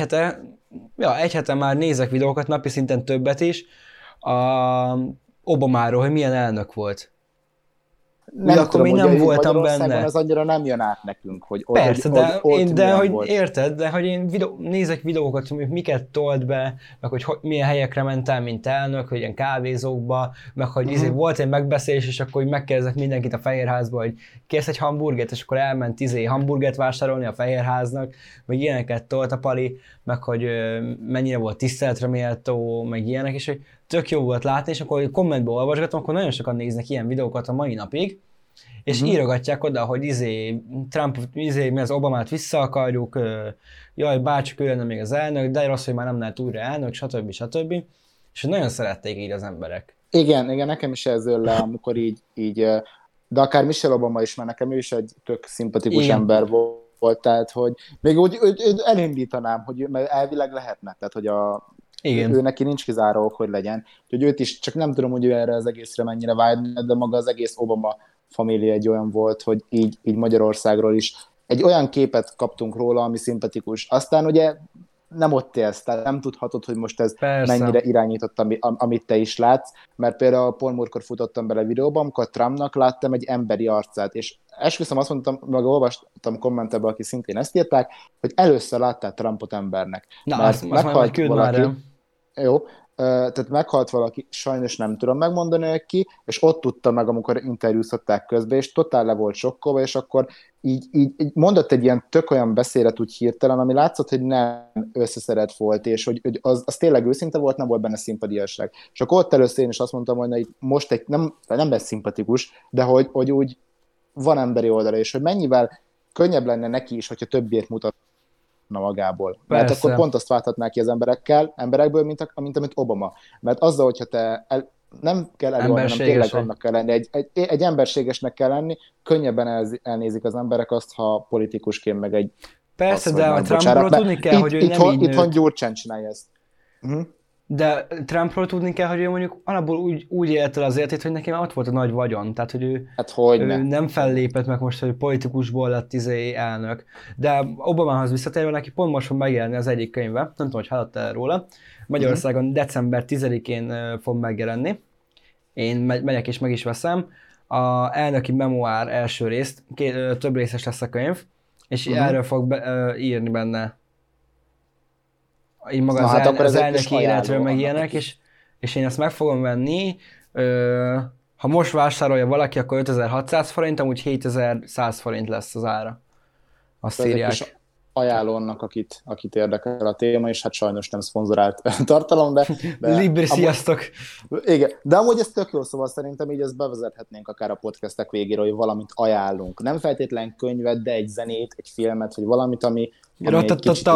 S2: egy hete már nézek videókat, napi szinten többet is, a Obamáról, hogy milyen elnök volt. Ugye
S1: Nem
S2: akkor
S1: tudom,
S2: még
S1: ugye
S2: nem
S1: így
S2: voltam
S1: Magyarországon
S2: benne.
S1: ez annyira nem jön át nekünk,
S2: Persze,
S1: ott
S2: de
S1: milyen
S2: hogy
S1: volt.
S2: érted, de hogy én nézek videókat, hogy miket tolt be, meg hogy milyen helyekre ment el, mint elnök, hogy ilyen kávézókba, meg hogy volt egy megbeszélés, és akkor megkérdezek mindenkit a Fehérházba, hogy kérsz egy hamburgert, és akkor elment hamburgert vásárolni a Fehérháznak, meg ilyeneket tolt a Pali, meg hogy mennyire volt tiszteletre méltó, meg ilyenek, és hogy tök jó volt látni, és akkor kommentben olvasgatom, akkor nagyon sokan néznek ilyen videókat a mai napig, és írogatják oda, hogy Trump, mi az Obamát vissza akarjuk, jaj, bárcsak ő lenne még az elnök, de rossz, hogy már nem lehet újra elnök, stb. És nagyon szerették így az emberek.
S1: Igen, nekem is ez jön le, amikor így, de akár Michelle Obama is, mert nekem ő is egy tök szimpatikus
S2: Igen.
S1: ember volt, tehát hogy még úgy elindítanám, hogy mert elvileg lehetne, tehát hogy ő neki nincs kizáró ok, hogy legyen. Úgyhogy őt is, csak nem tudom, hogy ő erre az egészre mennyire vágyna, de maga az egész Obama família egy olyan volt, hogy így Magyarországról is egy olyan képet kaptunk róla, ami szimpatikus. Aztán ugye nem ott élsz, tehát nem tudhatod, hogy most ez mennyire irányított, amit te is látsz, mert például pont múltkor futottam bele videóban, amikor Trumpnak láttam egy emberi arcát, és esküszöm azt mondtam, meg olvastam kommentebben, aki szintén ezt írták, hogy először láttál Trumpot embernek.
S2: Na, azt majd küld valaki, már
S1: jó, tehát meghalt valaki, sajnos nem tudom megmondani, hogy ki, és ott tudta meg, amikor interjúztatták közbe, és totál le volt sokkolva, és akkor így mondott egy ilyen tök olyan beszédet úgy hirtelen, ami látszott, hogy nem összeszedett volt, és hogy az tényleg őszinte volt, nem volt benne szimpatiasság. És akkor ott először én is azt mondtam, hogy most nem lesz szimpatikus, de hogy úgy van emberi oldala, és hogy mennyivel könnyebb lenne neki is, hogyha többiért mutat magából. Persze. Mert akkor pont azt válthatná ki az emberekből, mint amit Obama. Mert azzal, hogyha te nem kell előadni, hanem tényleg annak kell lenni, egy emberségesnek kell lenni, könnyebben elnézik az emberek azt, ha politikusként meg egy...
S2: Persze, de a Trumpról tudni kell, hogy ő nem így nőtt.
S1: Itthon Gyurcsány csinálja ezt.
S2: De Trumpról tudni kell, hogy ő mondjuk alapból úgy élte az életét, hogy neki már ott volt a nagy vagyon. Tehát, hogy ő nem fellépett meg most, hogy politikusból lett elnök. De Obamához visszatérve neki pont most fog megjelenni az egyik könyve, nem tudom, hogy hallottál róla. Magyarországon december 10-én fog megjelenni. Én megyek és meg is veszem. A elnöki memoár első részt, több részes lesz a könyv, és erről fog írni benne így maga az elnöki életről meg ilyenek, és én ezt meg fogom venni. Ha most vásárolja valaki, akkor 5600 forint, amúgy 7100 forint lesz az ára. Azt írják.
S1: Ajánló annak, akit érdekel a téma, és hát sajnos nem szponzorált tartalom, de
S2: Libri, sziasztok!
S1: Igen, de amúgy ez tök jó, szóval szerintem így ezt bevezethetnénk akár a podcastek végére, hogy valamit ajánlunk. Nem feltétlen könyvet, de egy zenét, egy filmet, vagy valamit, ami egy kicsit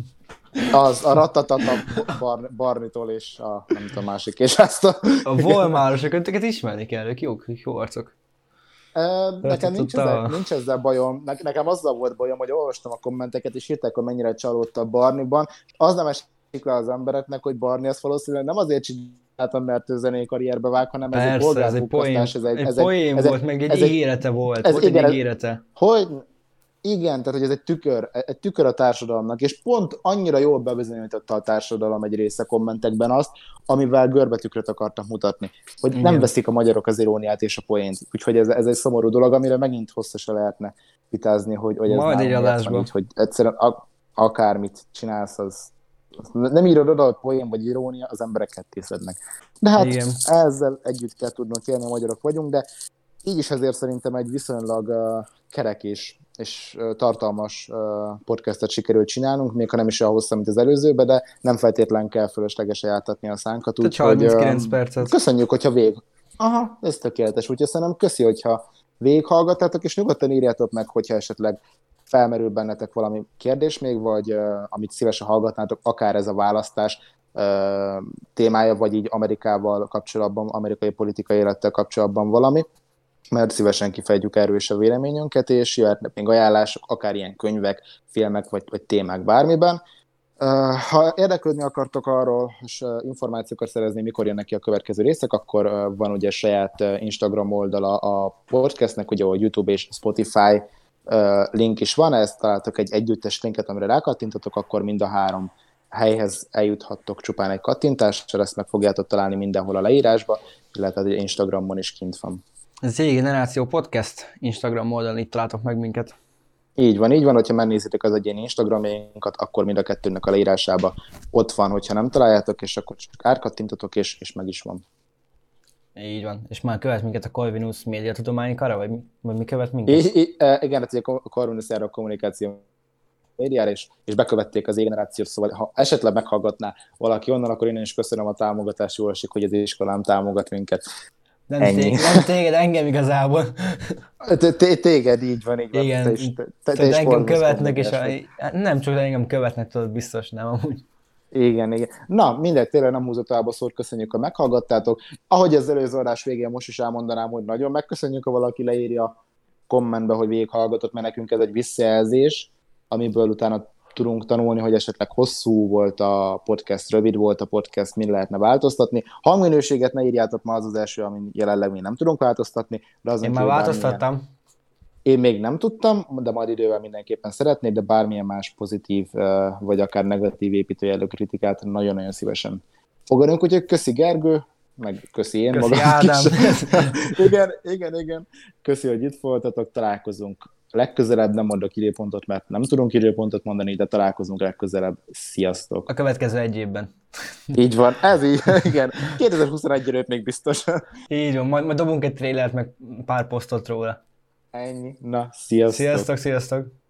S1: a Ratatata Barnitól és nem tudom, másik, és ezt
S2: a Volmárosok, őket ismerni kell, ők jó arcok.
S1: Nekem nincs ezzel bajom. Nekem azzal volt bajom, hogy olvastam a kommenteket, és írták, hogy mennyire csalódta a Barniban. Az nem esik le az embereknek, hogy Barni azt valószínűleg nem azért csináltam, mert ő zenei karrierbe vág, hanem ez egy polgárpukkasztás.
S2: Egy poén volt, meg egy ígérete volt. Volt egy ígérete.
S1: Igen, tehát hogy ez egy tükör a társadalomnak, és pont annyira jól bebizonyította a társadalom egy része kommentekben azt, amivel görbetükröt akartak mutatni, hogy nem veszik a magyarok az iróniát és a poént. Úgyhogy ez egy szomorú dolog, amire megint hosszasan lehetne vitázni, hogy ez
S2: majd egy adásban.
S1: Így, hogy egyszerűen akármit csinálsz, az nem írod oda, hogy poén vagy irónia, az emberek kettészednek. De hát ezzel együtt kell tudnunk élni, a magyarok vagyunk, de így is ezért szerintem egy viszonylag kerek és tartalmas podcastet sikerült csinálnunk, még ha nem is olyan hosszú, mint az előzőbe, de nem feltétlen kell fölöslegesen jártatni a szánkat.
S2: Úgyhogy 39 percet.
S1: Köszönjük, hogyha Aha, ez tökéletes. Úgyhogy szerintem köszi, hogyha végighallgattátok, és nyugodtan írjátok meg, hogyha esetleg felmerül bennetek valami kérdés még, vagy amit szívesen hallgatnátok, akár ez a választás témája, vagy így Amerikával kapcsolatban, amerikai politikai élettel kapcsolatban valami, mert szívesen kifejtjük erről is a véleményünket, és jöhetnek még ajánlások, akár ilyen könyvek, filmek, vagy témák bármiben. Ha érdeklődni akartok arról, és információkat szerezni, mikor jönnek ki a következő részek, akkor van ugye saját Instagram oldala a podcastnek, ugye a YouTube és Spotify link is van, ezt találtok egy együttes linket, amire rákattintotok, akkor mind a 3 helyhez eljuthattok csupán egy kattintással, ezt meg fogjátok találni mindenhol a leírásba, illetve egy Instagramon is kint van.
S2: Ez egy Generáció Podcast Instagram oldalon, itt találtok meg minket.
S1: Így van, hogyha megnézitek az egyéni Instagramjainkat, akkor mind a kettőnek a leírásába ott van, hogyha nem találjátok, és akkor csak árkattintotok, és meg is van.
S2: Így van, és már követ minket a Corvinus médiatudományi-kara, vagy mi követ minket?
S1: Igen, hát ugye a Corvinus jár a kommunikáció médiára, és bekövették az E-generációt, szóval ha esetleg meghallgatná valaki onnan, akkor én is köszönöm a támogatást, jól esik, hogy az iskolám támogat minket.
S2: Nem téged, engem igazából.
S1: Téged, így van.
S2: Igen,
S1: te is
S2: engem követnek, és nem csak engem követnek, tudod, biztos nem amúgy.
S1: Igen. Na, mindegy, tényleg nem húzott tovább a szót, köszönjük, ha meghallgattátok. Ahogy az előző adás végén most is elmondanám, hogy nagyon megköszönjük, ha valaki leírja kommentbe, hogy végighallgatott, mert nekünk ez egy visszajelzés, amiből utána tudunk tanulni, hogy esetleg hosszú volt a podcast, rövid volt a podcast, min lehetne változtatni. Hangminőséget ne írjátok, ma az az első, amin jelenleg még nem tudunk változtatni. De
S2: én már változtattam.
S1: Én még nem tudtam, de majd idővel mindenképpen szeretnék, de bármilyen más pozitív, vagy akár negatív építőjelű kritikát nagyon-nagyon szívesen fogadunk. Úgyhogy köszi Gergő, meg köszi én
S2: magam.
S1: Köszi
S2: Ádám.
S1: Igen. Köszi, hogy itt voltatok, találkozunk legközelebb, nem mondok időpontot, mert nem tudunk időpontot mondani, de találkozunk legközelebb. Sziasztok!
S2: A következő egy évben.
S1: Így van, ez így, igen. 2021 előtt még biztos.
S2: Így van, majd dobunk egy trailert, meg pár posztot róla.
S1: Ennyi. Na, sziasztok!
S2: Sziasztok!